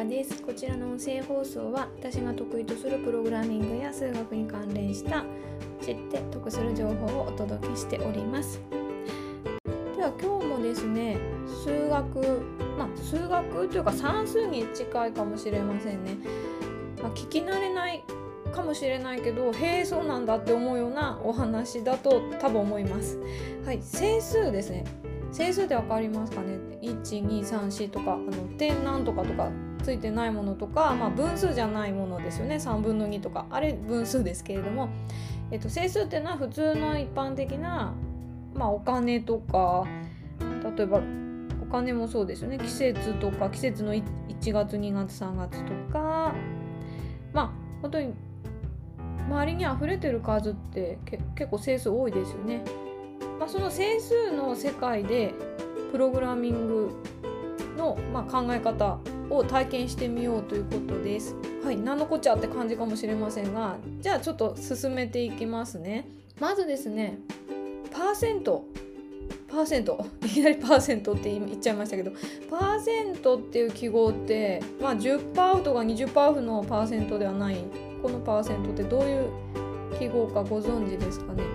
です。こちらの音声放送は私が得意とするプログラミングや数学に関連した知って得する情報をお届けしております。では今日もですね、数学というか算数に近いかもしれませんね。聞き慣れないかもしれないけど、へえそうなんだって思うようなお話だと多分思います。はい、整数ですね。整数ってわかりますかね。1,2,3,4とか点何とかとかついてないものとか、分数じゃないものですよね。3分の2とかあれ分数ですけれども、整数っていうのは普通の一般的な、お金とか、例えばお金もそうですよね。季節とか季節の1月2月3月とか、本当に周りに溢れてる数って結構整数多いですよね。その整数の世界でプログラミングの、考え方を体験してみようということです。はい、何のこっちゃって感じかもしれませんが、じゃあちょっと進めていきますね。まずですね、パーセントいきなりパーセントって言っちゃいましたけど、パーセントっていう記号って、10% オフとか 20% オフのパーセントではない。このパーセントってどういう記号かご存知ですかね。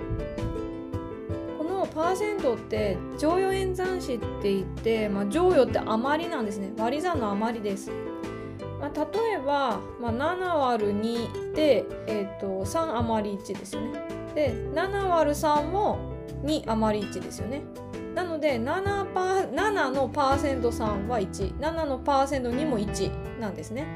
パーセントって乗与演算子って言って、乗与って余りなんですね。割り算の余りです。例えば、7割る2で、3余り1ですよね。で7割る3も2余り1ですよね。なので7のパーセント3は1、7のパーセント2も1なんですね。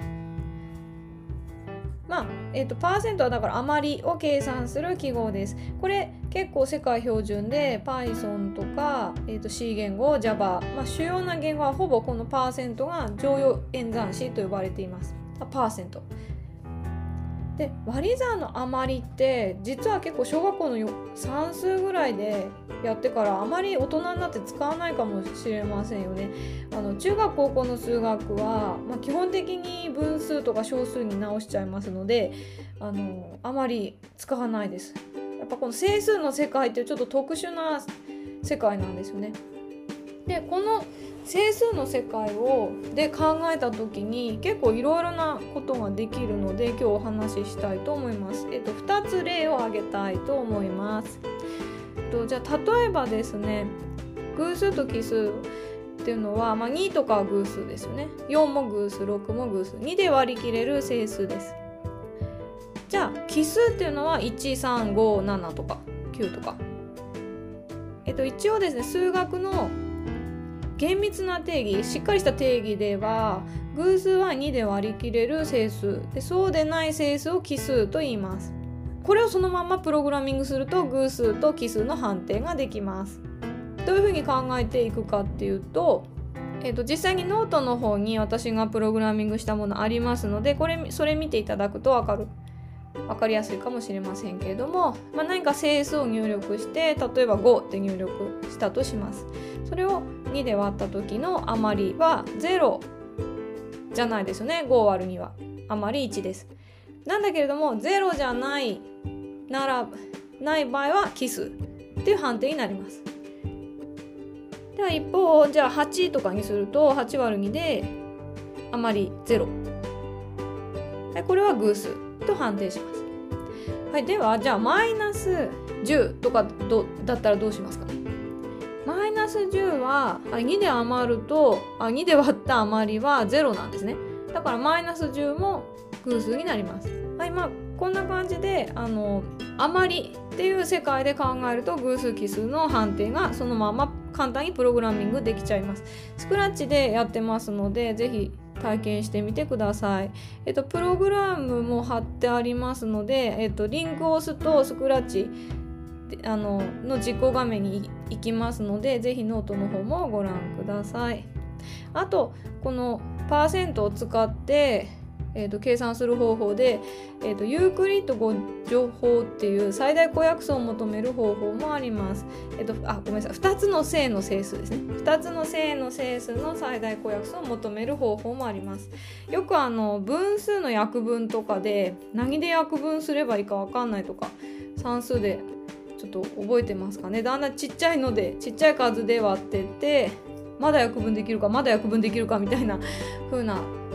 パーセントはだから余りを計算する記号です。これ結構世界標準で Python とか、C 言語、Java、主要な言語はほぼこのパーセントが乗与演算子と呼ばれています。パーセントで、割り算の余りって実は結構小学校の算数ぐらいでやってからあまり大人になって使わないかもしれませんよね。中学高校の数学は、基本的に分数とか小数に直しちゃいますので、あまり使わないです。やっぱこの整数の世界ってちょっと特殊な世界なんですよね。でこの整数の世界で考えた時に結構いろいろなことができるので、今日お話ししたいと思います。2つ例を挙げたいと思います。じゃあ例えばですね、偶数と奇数っていうのは、2とかは偶数ですよね。4も偶数、6も偶数、2で割り切れる整数です。じゃあ奇数っていうのは1、3、5、7とか9とか、一応ですね、数学の厳密な定義、しっかりした定義では偶数は2で割り切れる整数で、そうでない整数を奇数と言います。これをそのままプログラミングすると偶数と奇数の判定ができます。どういうふうに考えていくかっていうと、実際にノートの方に私がプログラミングしたものありますので、それ見ていただくと分かりやすいかもしれませんけれども、何か整数を入力して、例えば5って入力したとします。それを2で割った時の余りは0じゃないですよね。5割る2は余り1です。なんだけれども0じゃない場合は奇数っていう判定になります。では一方、じゃあ8とかにすると8割る2で余り0、これは偶数と判定します。ではじゃあマイナス10とかだったらどうしますかね。マイナス10は2で余ると2で割った余りは0なんですね。だからマイナス10も偶数になります。こんな感じで余りっていう世界で考えると偶数奇数の判定がそのまま簡単にプログラミングできちゃいます。スクラッチでやってますので、ぜひ体験してみてください。プログラムも貼ってありますので、リンクを押すとスクラッチの実行画面に行きますので、ぜひノートの方もご覧ください。あとこのパーセントを使って計算する方法で、ユークリッド誤助法っていう最大公約数を求める方法もあります。ごめんなさい、2つの正の整数ですね。2つの正の整数の最大公約数を求める方法もあります。よく分数の約分とかで何で約分すればいいか分かんないとか、算数でちょっと覚えてますかね。だんだんちっちゃい数で割ってって、まだ約分できるかみたいな風な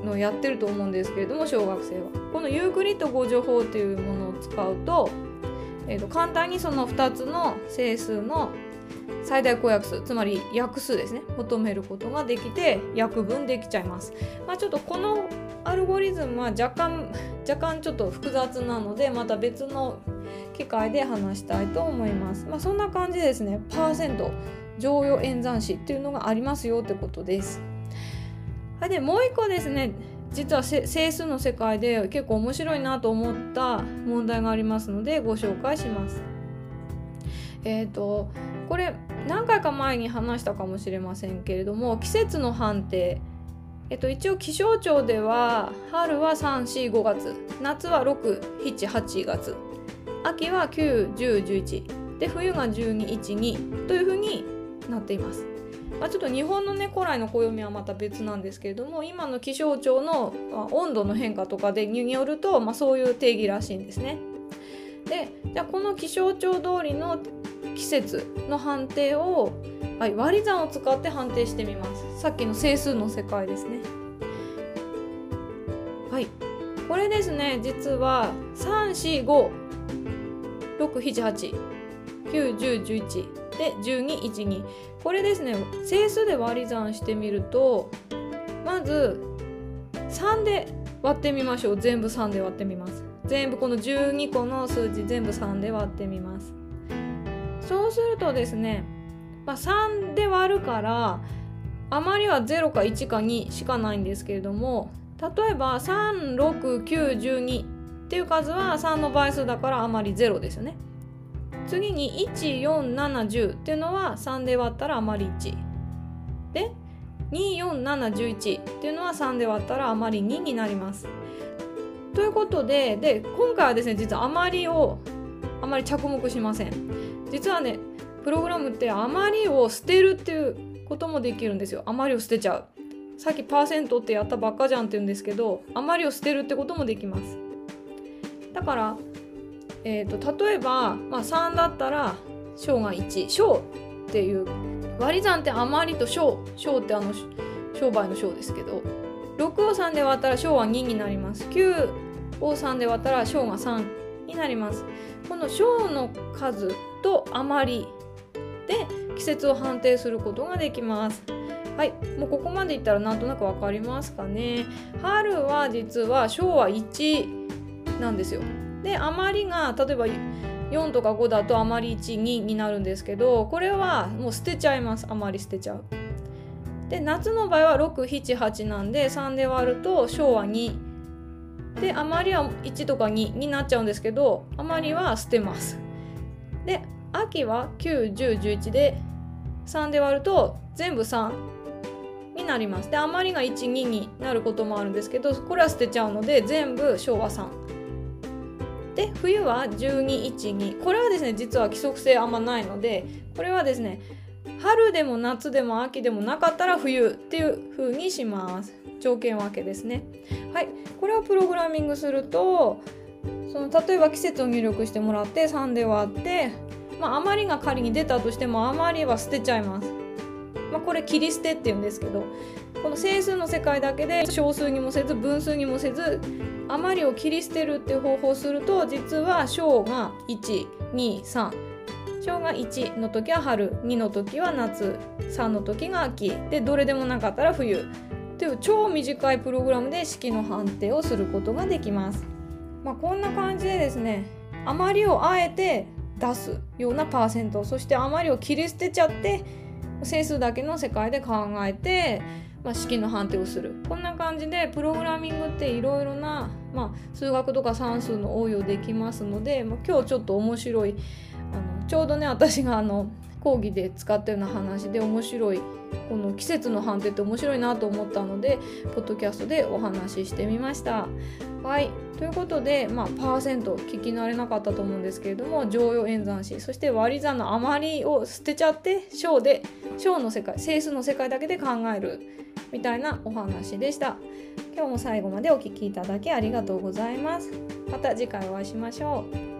のをやってると思うんですけれども、小学生はこのユークリッド誤助法っていうものを使うと、簡単にその2つの整数の最大公約数、つまり約数ですね、求めることができて約分できちゃいます。ちょっとこのアルゴリズムは若干ちょっと複雑なので、また別の機会で話したいと思います。そんな感じでですね、パーセント乗与演算子っていうのがありますよってことです。でもう一個ですね、実は整数の世界で結構面白いなと思った問題がありますのでご紹介します。これ何回か前に話したかもしれませんけれども、季節の判定、一応気象庁では春は3、4、5月、夏は6、7、8月、秋は9、10、11で、冬が12、1、2というふうになっています。ちょっと日本のね、古来の暦はまた別なんですけれども、今の気象庁の温度の変化とかでによると、そういう定義らしいんですね。で、じゃあこの気象庁通りの季節の判定を、割り算を使って判定してみます。さっきの整数の世界ですね。これですね、実は3、4、5、6、7、8、9、10、11で12、1、2、これですね、整数で割り算してみると、まず3で割ってみましょう。全部3で割ってみます。全部この12個の数字全部3で割ってみます。そうするとですね、3で割るから余りは0か1か2しかないんですけれども、例えば3、6、9、12っていう数は3の倍数だから余り0ですよね。次に1、4、7、10っていうのは3で割ったら余り1で、2、4、7、11っていうのは3で割ったら余り2になります。ということで、今回はですね、実は余りをあまり着目しません。実はね、プログラムって余りを捨てるっていうこともできるんですよ。余りを捨てちゃう。さっきパーセントってやったばっかじゃんって言うんですけど、余りを捨てるってこともできます。だから例えば、3だったら小が1、小っていう割り算って余りと小って商売の小ですけど、6を3で割ったら小は2になります。9を3で割ったら小が3になります。この小の数と余りで季節を判定することができます。もうここまでいったらなんとなくわかりますかね。春は実は小は1なんですよ。で、余りが例えば4とか5だと余り1、2になるんですけど、これはもう捨てちゃいます。余り捨てちゃう。で、夏の場合は6、7、8なんで3で割ると小は2で、余りは1とか2になっちゃうんですけど、余りは捨てます。で、秋は9、10、11で3で割ると全部3になります。で、余りが1、2になることもあるんですけど、これは捨てちゃうので全部小は3で、冬は12、1、2、これはですね、実は規則性あんまないので、これはですね、春でも夏でも秋でもなかったら冬っていう風にします。条件分けですね。これをプログラミングすると、例えば季節を入力してもらって3で割って、余りが仮に出たとしても余りは捨てちゃいます。これ切り捨てって言うんですけど、この整数の世界だけで小数にもせず分数にもせず余りを切り捨てるっていう方法をすると、実は小が1、2、3、小が1の時は春、2の時は夏、3の時が秋で、どれでもなかったら冬っていう超短いプログラムで式の判定をすることができます。こんな感じでですね、余りをあえて出すようなパーセント、そして余りを切り捨てちゃって整数だけの世界で考えて、式の判定をする。こんな感じでプログラミングっていろいろな、数学とか算数の応用できますので、今日ちょっと面白いちょうどね、私が講義で使ったような話で面白い、この季節の判定って面白いなと思ったのでポッドキャストでお話ししてみました。ということで、パーセント聞き慣れなかったと思うんですけれども、乗与演算子、そして割り算の余りを捨てちゃって小の世界、整数の世界だけで考えるみたいなお話でした。今日も最後までお聞きいただきありがとうございます。また次回お会いしましょう。